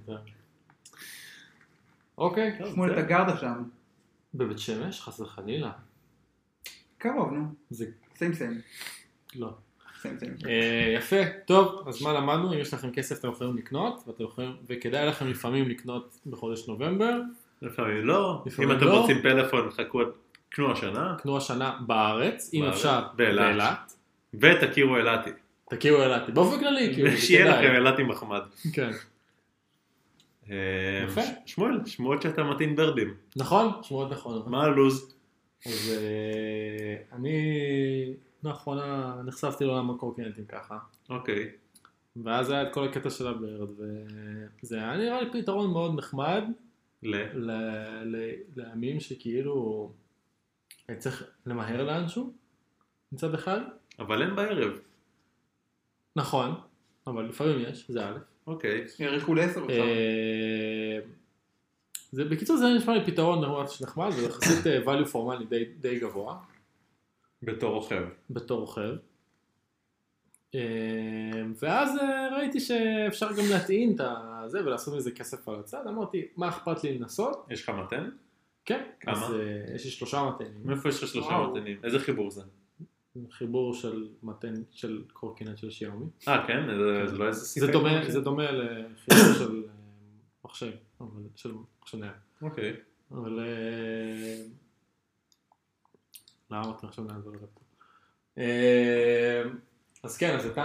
אוקיי. שמואל, אתה גרת שם. בבית שמש? חס וחלילה. קרוב, נו. זה... סיים. לא. סיים. יפה, טוב, אז מה למדנו? אם יש לכם כסף אתם יכולים לקנות, וכדאי לכם לפעמים לקנות בחודש נובמבר. לפעמים לא. אם אתם רוצים פלאפון, קנו השנה. קנו השנה בארץ, אם אפשר באילת. ותכירו אילתי. תכירו אילתי, באופן כללי. שיהיה לכם אילתי מחמד. כן. יפה. שמועות שאתה מתאים ברדים. נכון, שמועות נכון. מה הלוז? אז אני לאחרונה נחשפתי לעולם הקורקינטים ככה. אוקיי. ואז היה את כל הקטע של הברד, וזה היה נראה לי פתרון מאוד נחמד לימים שכאילו צריך למהר לאנשהו מצד אחד. אבל אין בערב. נכון, אבל לפעמים יש, זה א'. אוקיי. יריחו ל10 עכשיו. בקיצור זה נשמע לי פתרון נחמד, וזה יחסית value for money די גבוה. בתור רוכב. ואז ראיתי שאפשר גם להטעין את זה ולעשות מזה כסף על הצד. אמרתי, מה אכפת לי לנסות? יש לך מתן? כן. כמה? אז יש לי 3 מתנים. מאיפה יש לך 3 מתנים? איזה חיבור זה? חיבור של מתן של קורקינט של שיאומי. כן? זה לא איזה סיפק? זה דומה לחיבור של מחשב, אבל של מחשב נייד. אוקיי. אבל... למה אתה עכשיו נעזור לפטופ? אז כן, אז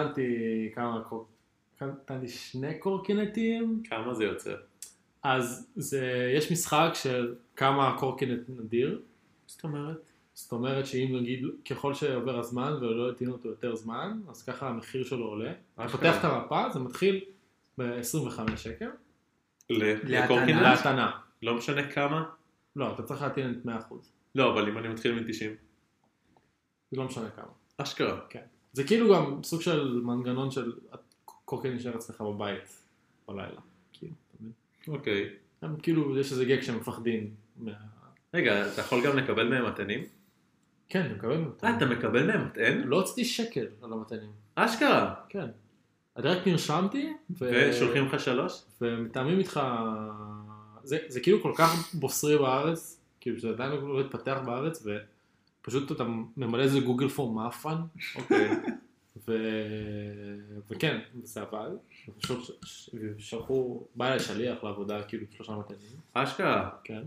נתנתי 2 קורקינטים. כמה זה יוצא? אז יש משחק של כמה קורקינט נדיר. זאת אומרת שאם נגיד ככל שעובר הזמן ולא יתינו אותו יותר זמן, אז ככה המחיר שלו עולה. אתה פותח את המפה, זה מתחיל ב-25 שקל. לקורקינט? להתנה. לא משנה כמה? לא, אתה צריך להטעין את 100%. לא, אבל אם אני מתחיל מ-90? זה לא משנה כמה. אשכרה. כן. זה כאילו גם סוג של מנגנון של קורקינט נשאר אצלך בבית בלילה. אוקיי. כאילו יש איזה גג שהם מפחדים. רגע, אתה יכול גם לקבל מהם מתנים? כן, אני מקבל מתנים. אתה מקבל מהם מתן? לא הוצאתי שקל על המתנים. אשכרה? כן. אני רק נרשמתי. ושולחים לך 3? ומתאמים איתך... זה כאילו כל כך בוסרי בארץ, כאילו שזה עדיין לא להתפתח בארץ, ופשוט אתה ממלא איזה גוגל פורם מאפן. אוקיי. וכן, זה עבד. שלחו, בא אליי שליח לעבודה, כאילו 3 מתנים. אשכרה? כן.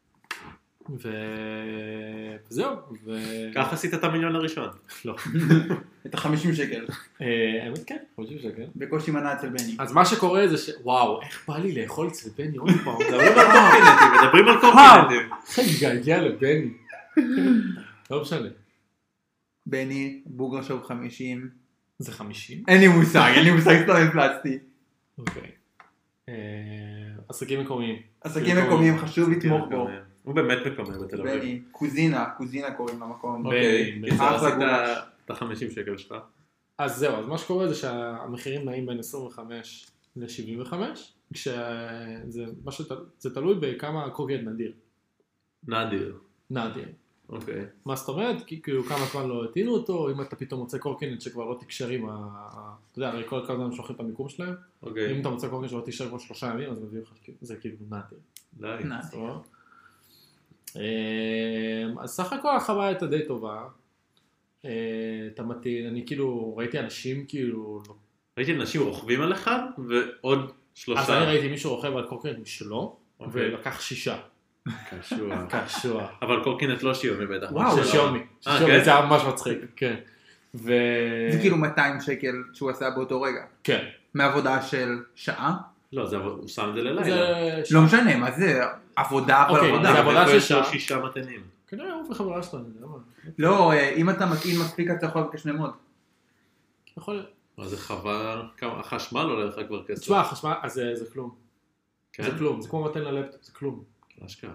וזהו. כך עשית את המיליון הראשון? לא. את ה-50 שקל. האמת כן, 50 שקל. בקושי מנה אצל בני. אז מה שקורה זה וואו, איך בא לי לאכול אצל בני עוד פעם. מדברים על קורקינטים. איך התגעגע לבני. לא משנה. בני, בוגרשוב 50. זה 50? אין לי מושג, סתם הפלצתי. אוקיי. עסקים מקומיים. עסקים מקומיים, חשוב לתמוך בו. הוא באמת מקומי בתל אביב. בני, קוזינה קוראים למקום. אוקיי, בני. קיצור אחלה עשית גולש. את ה-50 שקל שלך. אז זהו, אז מה שקורה זה שהמחירים נעים בין 25 ל-75, זה תלוי בכמה קורקינט נדיר. נדיר. אוקיי. מה זאת אומרת? כאילו כמה זמן לא הטעינו אותו, אם אתה פתאום מוצא קורקינט שכבר לא תקשר עם אתה יודע, הרי כל הזמן שולחים את המיקום שלהם, אוקיי. אם אתה מוצא קורקינט שלא תקשר כבר 3 ימים, אז מביא לך, זה כאילו נדיר. די. אז סך הכל החוויה הייתה די טובה. אתה מתאים, אני כאילו ראיתי אנשים כאילו... ראיתי אנשים רוכבים על אחד ועוד 3. אז אני ראיתי מישהו רוכב על קורקינט משלו, ולקח 6. קשוע. אבל קורקינט לא שיומי בטח. וואו, שיומי. זה היה ממש מצחיק, כן. זה כאילו 200 שקל שהוא עשה באותו רגע. כן. מעבודה של שעה? לא, הוא שם את זה ללילה. לא משנה, מה זה? עבודה אבל עבודה. זה עבודה של שעה. 6 מתנים. כנראה הוא וחברה שלנו. לא, אם אתה מתאים מספיק אתה יכול לבקש ללמוד. יכול להיות. זה חבל, החשמל עולה לך כבר כסף. תשמע, החשמל, אז זה כלום. כן? זה כלום, זה כמו מתן ללפטופ, זה כלום. אשכרה.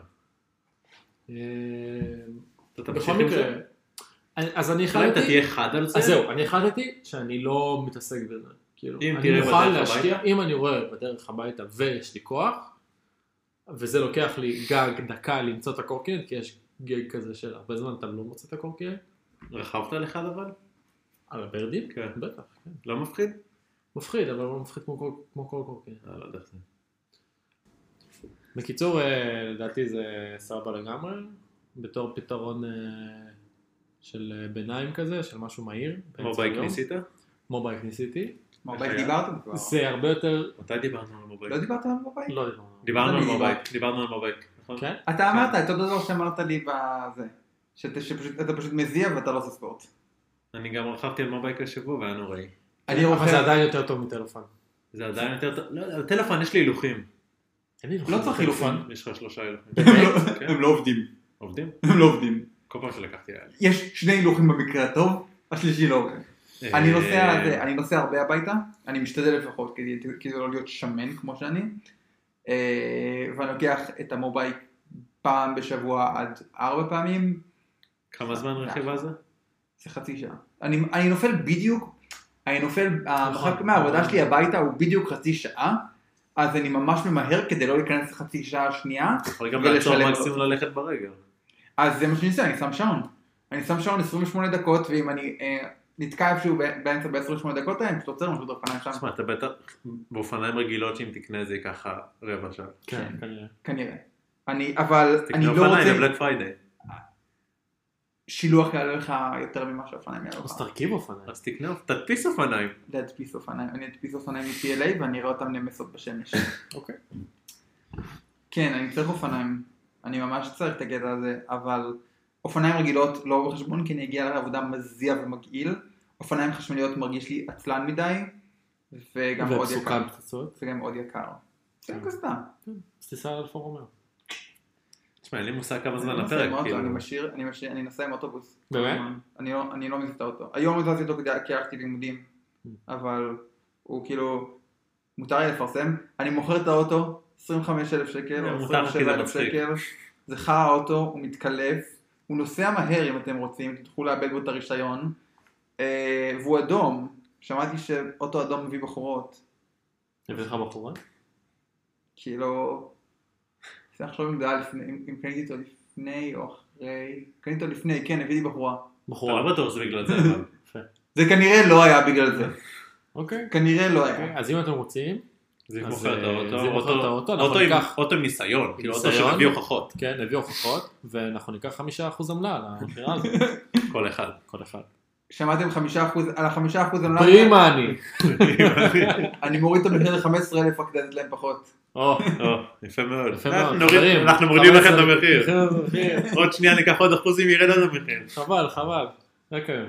בכל מקרה, אז אני החלטתי... אתה תהיה חד על זה? אז זהו, אני החלטתי שאני לא מתעסק בזה. אני מוכן להשקיע, אם אני רואה בדרך הביתה ויש לי כוח, וזה לוקח לי גג דקה למצוא את הקורקינט, כי יש גג כזה של הרבה זמן אתה לא מוצא את הקורקינט. רכבת לך אבל? על הברדים? כן. בטח, כן. לא מפחיד? מפחיד, אבל לא מפחיד כמו כל קורקינט. לא יודע. בקיצור, לדעתי זה סבבה לגמרי, בתור פתרון של ביניים כזה, של משהו מהיר. מובייק ניסית? מובייק ניסיתי. מובייק דיברתם כבר? זה הרבה יותר... מתי דיברנו על מובייק? לא דיברתם על מובייק? לא דיברנו על מובייק, נכון? כן? אתה אמרת, את אותו דבר שאמרת לי בזה, שאתה פשוט מזיע ואתה לא עושה ספורט. אני גם רכבתי על מובייק השבוע והיה נוראי. אבל זה עדיין יותר טוב מטלפון. זה עדיין יותר טוב, לא, טלפון יש לי הילוכים. לא צריך הילוכים. יש לך 3 הילוכים. הם לא עובדים. עובדים? הם לא עובדים. כל פעם שלקחתי היה לי. יש 2 הילוכים במקרה הטוב, השלישי לא עובד. אני נוסע הרבה הביתה, אני משתדל לפחות כדי לא להיות שמן כמו שאני, ואני לוקח את המובייק פעם בשבוע עד 4 פעמים. כמה זמן רכיבה זה? זה חצי שעה. אני נופל בדיוק, המרחק מהעבודה שלי הביתה הוא בדיוק חצי שעה, אז אני ממש ממהר כדי לא להיכנס לחצי שעה השנייה. יכול גם לעצור מקסימום ללכת ברגל. אז זה מה שאני עושה, אני שם שעון 28 דקות, ואם אני נתקע איפשהו באמצע ב-28 דקות, אני פשוט עוצר משהו באופניים שם. תשמע, אתה בטח באופניים רגילות שאם תקנה זה ככה רבע שעה. כן, כנראה. אבל אני לא תקנה אופניים רוצה... לבלק פריידיי. שילוח יעלה לך יותר ממה שאופניים יעלה לך. אז תרכיב אופניים. אז תקנה, תדפיס אופניים. להדפיס אופניים. אני אדפיס אופניים מ-PLA ואני אראה אותם נמסות בשמש. אוקיי. כן, אני צריך אופניים. אני ממש צריך את הקטע הזה, אבל אופניים רגילות לא בחשבון, כי אני אגיע לעבודה מזיע ומגעיל. אופניים חשמליות מרגיש לי עצלן מדי, וגם מאוד יקר. וגם מאוד יקר. זה כסתם. אז תיסע על אלפה רומאו. תשמע, אין לי מושג כמה זמן לפרק. אני נסע עם אוטובוס. באמת? אני לא מזיז אותו. היום מזזתי אותו כי הלכתי לימודים, אבל הוא כאילו, מותר לי לפרסם. אני מוכר את האוטו, 25,000 שקל, או 27,000 שקל. זה חר האוטו, הוא מתקלף. הוא נוסע מהר אם אתם רוצים, תתחילו לאבד בו את הרישיון. והוא אדום. שמעתי שאוטו אדום מביא בחורות. הביא לך בחורות? כאילו... צריך לחשוב אם זה היה לפני, אם קניתי אותו לפני או אחרי, קניתי אותו לפני, כן, הביא לי בחורה. בחורה? אתה לא בטוח שזה בגלל זה, אבל. זה כנראה לא היה בגלל זה. אוקיי. כנראה לא היה. אז אם אתם רוצים, זה מוכר את האוטו, אוטו עם ניסיון, כאילו אוטו שמביא הוכחות. כן, נביא הוכחות, ואנחנו ניקח 5% עמלה על המחירה הזאת. כל אחד. שמעתם 5%, על ה5% עמלה? פרימה אני. אני מוריד את המחיר ל-15,000 רק כדי לתת להם פחות. יפה מאוד. חברים, אנחנו מורידים לכם את המחיר. עוד שנייה ניקח עוד אחוזים ירד על המחיר. חבל. רק היום.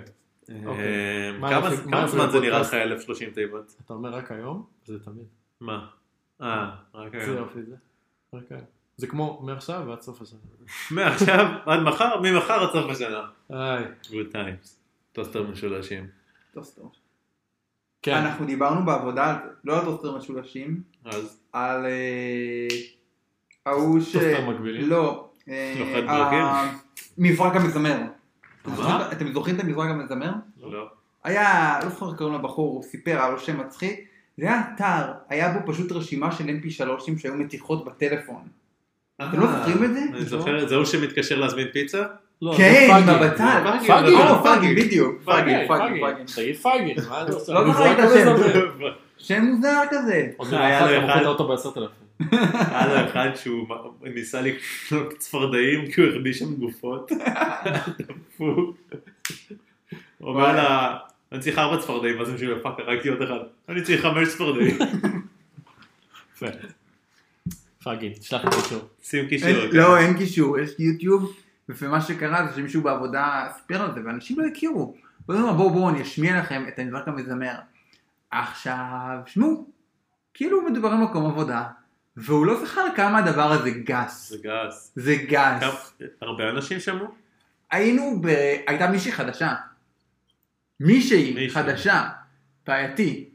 כמה זמן זה נראה לך 1,030 תיבות? אתה אומר רק היום? זה תמיד. מה? רק היום. זה יופי זה. רק היום. זה כמו מעכשיו ועד סוף השנה. מעכשיו עד מחר, ממחר עד סוף השנה. איי. Good times. טוסטר משולשים. טוסטר. כן. אנחנו דיברנו בעבודה, לא על טוסטר משולשים, אז על ההוא ש... טוסטר מקבילים? לא. לוחת ברקים? מברק המזמר. מה? אתם זוכרים את המברק המזמר? לא. היה, לא זוכר קוראים לבחור, הוא סיפר, היה לו שם מצחיק. זה היה אתר, היה בו פשוט רשימה של mp3 שהיו מתיחות בטלפון. אתם לא זוכרים את זה? אני זוכר את זה, הוא שמתקשר להזמין פיצה? לא, כן, זה פאגי. בבצל. פאגי. פאגי, בדיוק. פאגי, פאגי. תגיד פאגי. מה אתה עושה? לא זוכר את השם. שם מוזר כזה. עוד היה לו מעט אחד. מוכר אותו ב10,000. היה לו אחד שהוא ניסה לקנות צפרדעים כי הוא הרביש שם גופות. דפוק. הוא אומר לה, אני צריך 4 צפרדעים, ואז הם שואלים, פאק, הרגתי עוד אחד. אני צריך 5 צפרדעים. פאגי, תשלח לי קישור. שים קישור. לא, אין קישור, יש יוטיוב, ומה שקרה זה שמישהו בעבודה סיפר על זה, ואנשים לא הכירו. בואו, אני אשמיע לכם את המברק המזמר. עכשיו, שמעו, כאילו מדובר על מקום עבודה, והוא לא זכר כמה הדבר הזה גס. זה גס. זה גס. הרבה אנשים שמעו? הייתה מישהי חדשה. מישהי חדשה. בעייתי.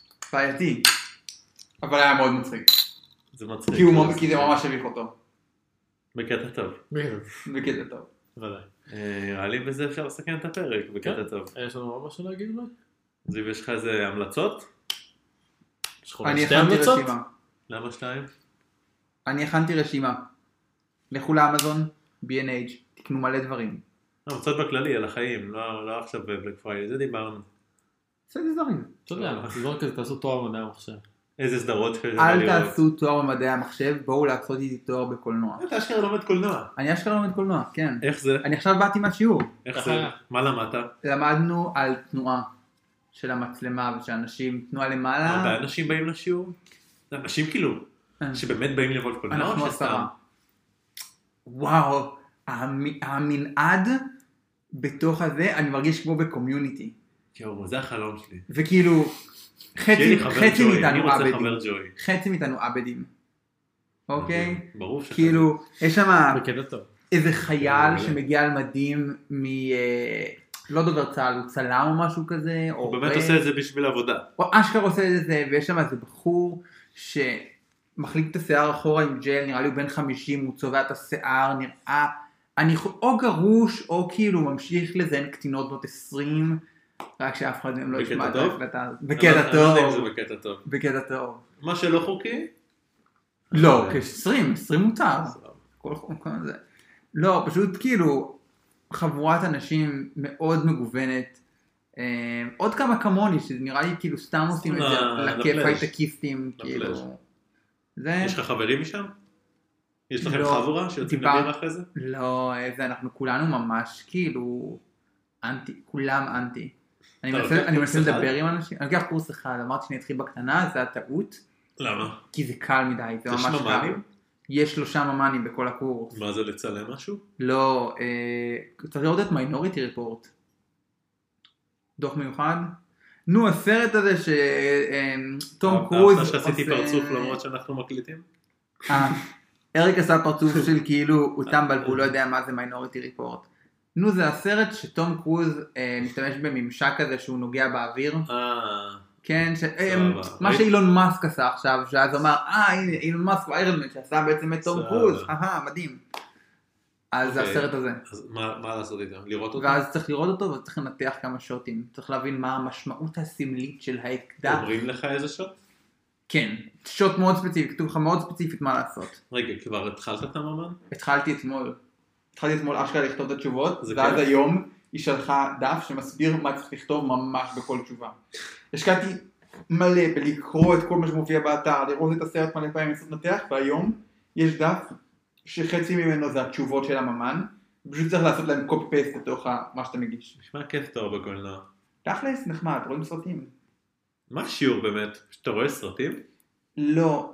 אבל היה מאוד מצחיק. זה מצחיק. כי זה ממש הביך אותו. בקטע טוב. בקטע טוב. ודאי. נראה לי בזה אפשר לסכן את הפרק, בקטע טוב. יש לנו עוד משהו להגיד אולי? זיו, יש לך איזה המלצות? אני שתי הכנתי המלצות? רשימה. למה 2? אני הכנתי רשימה. לכו לאמזון, B&H, תקנו מלא דברים. המלצות בכללי, על החיים, לא עכשיו בבלק פריידי, זה דיברנו. עושה את דברים. אתה יודע, תזרוק כזה, תעשו תואר במדעי המחשב. איזה סדרות שכזה אל תעשו תואר במדעי המחשב, בואו לעשות איתי תואר בקולנוע. אתה אשכרה לומד קולנוע. אני אשכרה לומד קולנוע, כן. איך זה? אני עכשיו באתי מהשיעור. איך זה? מה למדת? למדנו על תנועה של המצלמה ושל אנשים, תנועה למעלה. הרבה אנשים באים לשיעור? זה אנשים כאילו, שבאמת באים לראות קולנוע? אנחנו או שסתם? 10. וואו, המנעד בתוך הזה, אני מרגיש כמו בקומיוניטי. יואו, זה החלום שלי. וכאילו, שיהיה לי חבר חצי ג'וי, אני מאיתנו רוצה עבדים. חבר ג'וי. חצי מאיתנו עבדים. אוקיי? ברור שכזה. כאילו, יש שם בקטע טוב. איזה חייל שמגיע על מדים לא דובר צה"ל, הוא צלם או משהו כזה, הוא באמת עושה את זה בשביל עבודה. הוא אשכרה עושה את זה, ויש שם איזה בחור שמחליק את השיער אחורה עם ג'ל, נראה לי הוא בן 50, הוא צובע את השיער, נראה, או גרוש, או כאילו ממשיך לזיין קטינות בנות 20, רק שאף אחד מהם לא ישמע את ההקלטה. בקטע טוב. אני לא יודע אם זה בקטע טוב. בקטע טוב. מה שלא חוקי? לא, כ-20 מותר. כל זה. לא, פשוט כאילו, חבורת אנשים מאוד מגוונת. עוד כמה כמוני, שזה נראה לי כאילו סתם עושים את זה לכיף הייטקיסטים, כאילו. יש לך חברים משם? יש לכם לא, חבורה שיוצאים לבירה אחרי זה? לא, אנחנו כולנו ממש כאילו אנטי, כולם אנטי. אני מנסה לדבר עם אנשים, אני לוקח קורס אחד, אמרתי שאני אתחיל בקטנה, זה הטעות. למה? כי זה קל מדי, זה ממש קל. יש ממנים? יש 3 ממנים בכל הקורס. מה זה, לצלם משהו? לא, צריך לראות את מיינוריטי ריפורט. דוח מיוחד. נו, הסרט הזה שתום קרוז אתה שעשיתי פרצוף למרות שאנחנו מקליטים? אריק עשה פרצוף של כאילו הוא טמבל והוא לא יודע מה זה מיינוריטי ריפורט. נו, זה הסרט שתום קרוז משתמש בממשק הזה שהוא נוגע באוויר. כן, מה שאילון מאסק עשה עכשיו, שאז הוא אמר, הנה, אילון מאסק ואיירון שעשה בעצם את תום קרוז, מדהים. אז זה הסרט הזה. אז מה לעשות איתו? לראות אותו? ואז צריך לראות אותו וצריך לנתח כמה שוטים. צריך להבין מה המשמעות הסמלית של האקדח. אומרים לך איזה שוט? כן, שוט מאוד ספציפי, כתוב לך מאוד ספציפית מה לעשות. רגע, כבר התחלת את המאמן? התחלתי אתמול אשכרה לכתוב את התשובות, ואז היום היא שלחה דף שמסביר מה צריך לכתוב ממש בכל תשובה. השקעתי מלא בלקרוא את כל מה שמופיע באתר, לראות את הסרט מלא פעמים לנסות לנתח, והיום יש דף שחצי ממנו זה התשובות של המאמן, ופשוט צריך לעשות להם קופי פייסט לתוך מה שאתה מגיש. נשמע כיף תואר בקולנוע. תכלס, נחמד, רואים סרטים. מה השיעור באמת? שאתה רואה סרטים? לא,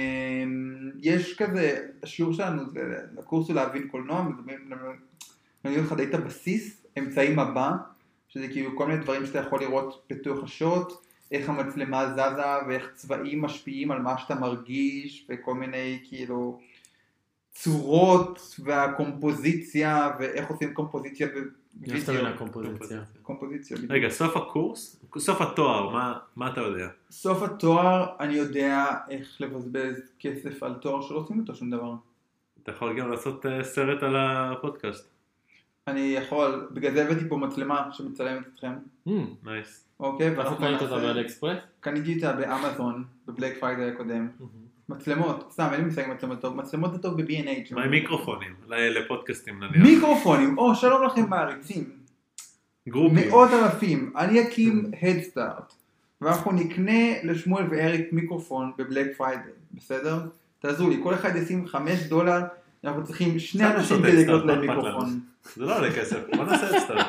יש כזה, השיעור שלנו, הקורס הוא להבין קולנוע, מדברים לך די את הבסיס, אמצעי מבע, שזה כאילו כל מיני דברים שאתה יכול לראות בתוך השוט, איך המצלמה זזה ואיך צבעים משפיעים על מה שאתה מרגיש, וכל מיני כאילו צורות והקומפוזיציה, ואיך עושים קומפוזיציה יש תמיד הקומפוזיציה. קומפוזיציה. בדיוק. רגע, סוף הקורס, סוף התואר, מה אתה יודע? סוף התואר אני יודע איך לבזבז כסף על תואר שלא עושים אותו שום דבר. אתה יכול גם לעשות סרט על הפודקאסט. אני יכול, בגלל זה הבאתי פה מצלמה שמצלמת אתכם. נייס. אוקיי? איפה קנית אותה באלי-אקספרס? קניתי אותה באמזון, בבלק פריידיי הקודם. מצלמות, סתם, אין לי משחק מצלמות טוב, מצלמות זה טוב ב-B&H. מה עם מיקרופונים? לפודקאסטים נניח. מיקרופונים, שלום לכם מעריצים. גרופים. מאות אלפים, אני אקים הדסטארט, ואנחנו נקנה לשמואל ואריק מיקרופון בבלק פריידיי, בסדר? תעזרו לי, כל אחד ישים $5, אנחנו צריכים 2 אנשים כדי לקנות להם מיקרופון. זה לא עולה כסף, בוא נעשה הדסטארט.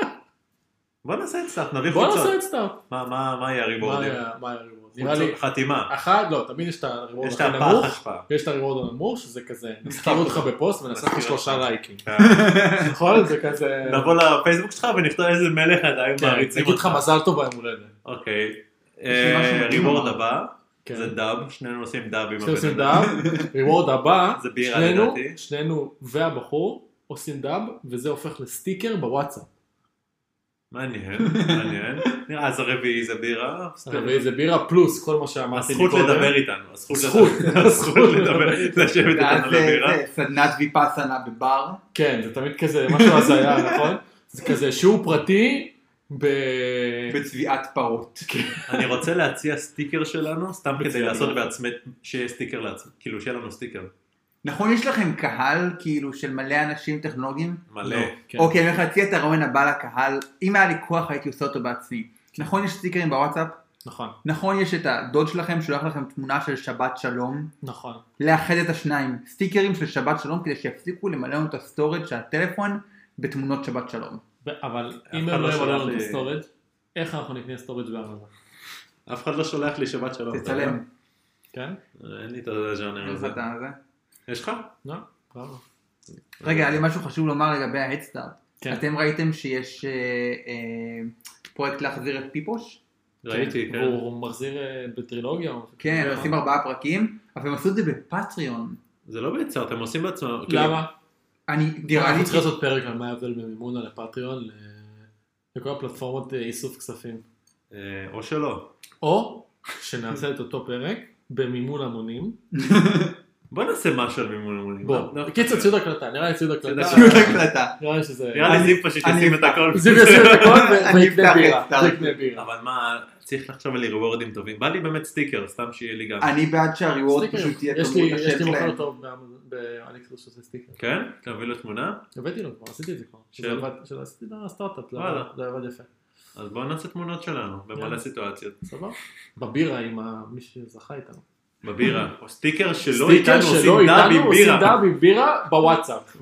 נביא בוא חוצות. נעשה הדסטארט. מה יהיה הריבורדים? מה היה הריבורד? נראה לי, חתימה. לא, תמיד יש את הריבורד יש את הכי הפח נמוך, השפעה. יש את הריבורד הנמוך, שזה כזה, נזכיר אותך בפוסט ונעשה לך 3 לייקים. כן. נכון? זה כזה... נבוא לפייסבוק שלך ונכתוב איזה מלך עדיין מעריצים נגיד לך מזל טוב ביום הולדת. אוקיי. יש לי משהו מדהים. ריבורד הבא, כן. זה דאב, שנינו עושים דאב עם שנינו עושים הבן אדם. דאב, ריבורד הבא, זה בירה לדעתי. שנינו והבחור עושים דאב, וזה הופך לסטיקר בוואטסאפ. מעניין. נראה, אז הרביעי זה בירה. הרביעי זה בירה פלוס כל מה שאמרתי הזכות לדבר איתנו. הזכות לדבר, לשבת איתנו זה לבירה. סדנת ויפאסנה בבר. כן, זה תמיד כזה משהו הזיה, נכון? זה כזה שיעור פרטי בצביעת פרות. אני רוצה להציע סטיקר שלנו, סתם כדי לעשות בעצמי, שיהיה סטיקר לעצמי, כאילו שיהיה לנו סטיקר. נכון, יש לכם קהל כאילו של מלא אנשים טכנולוגיים? מלא. כן. אוקיי, אני הולך להציע את הרעיון הבא לקהל. אם היה לי כוח הייתי עושה אותו בעצמי. נכון, יש סטיקרים בוואטסאפ? נכון, נכון, יש את הדוד שלכם שולח לכם תמונה של שבת שלום? נכון. לאחד את השניים. סטיקרים של שבת שלום כדי שיפסיקו למלא לנו את הסטורג' של הטלפון בתמונות שבת שלום. אבל אף אם אחד הם לא לא ימלאו שולח לנו את לי- הסטורג', איך אנחנו נקנה סטורג' באמזון? אף אחד לא שולח לי שבת שלום. תצלם. כן? אין לי את הז'אנר הזה. איך אתה זה? יש לך? לא? למה? רגע, היה לי משהו חשוב לומר לגבי ההדסטארט. כן. אתם ראיתם שיש פרויקט להחזיר את פיפוש? ראיתי, כן. והוא מחזיר בטרילוגיה? או משהו כן, כזה. עושים 4 פרקים, אבל הם עשו את זה בפטריון. זה לא ביצר, אתם עושים בעצמם. למה? נראה אנחנו לי צריכים לעשות פרק על מה ההבדל במימונה לפטריון, לכל הפלטפורמות איסוף כספים. או שלא. או שנעשה את אותו פרק במימון המונים. בוא נעשה משהו על מימון המונים. בוא, קיצר ציוד הקלטה, נראה לי ציוד הקלטה. ציוד הקלטה. נראה לי שזה... נראה לי זיו פשוט ישים את הכל. זיו ישים את הכל אני ויקנה אפתח בירה. את סטארט. ויקנה בירה. אבל מה, צריך לחשוב על ריבורדים טובים. בא לי באמת סטיקר, סתם שיהיה לי גם. אני בעד שהריוורד סטיקרים. פשוט יהיה יש תמות לי השם מוכר שלהם. טוב באליקסוס שעושה סטיקר. כן? תביא לו תמונה? הבאתי לו כבר, עשיתי את זה כבר. של? עשיתי את הסטארט-אפ, וואלה. זה עבד יפה. אז בואו נעשה תמונות שלנו, במלא יאללה. סיטואציות. סבבה? בבירה עם מי שזכה איתנו. בבירה. או סטיקר שלא סטיקר איתנו שלא עושים דאב איתנו עם עושים בירה. דאב עם בירה בוואטסאפ.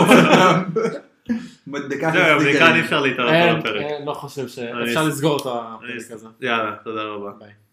מדבקה זהו, של מכאן אי סטיקרים. אפשר להתערב על הפרק. לא חושב שאפשר לסגור את הפרק הזה. יאללה, תודה רבה. ביי.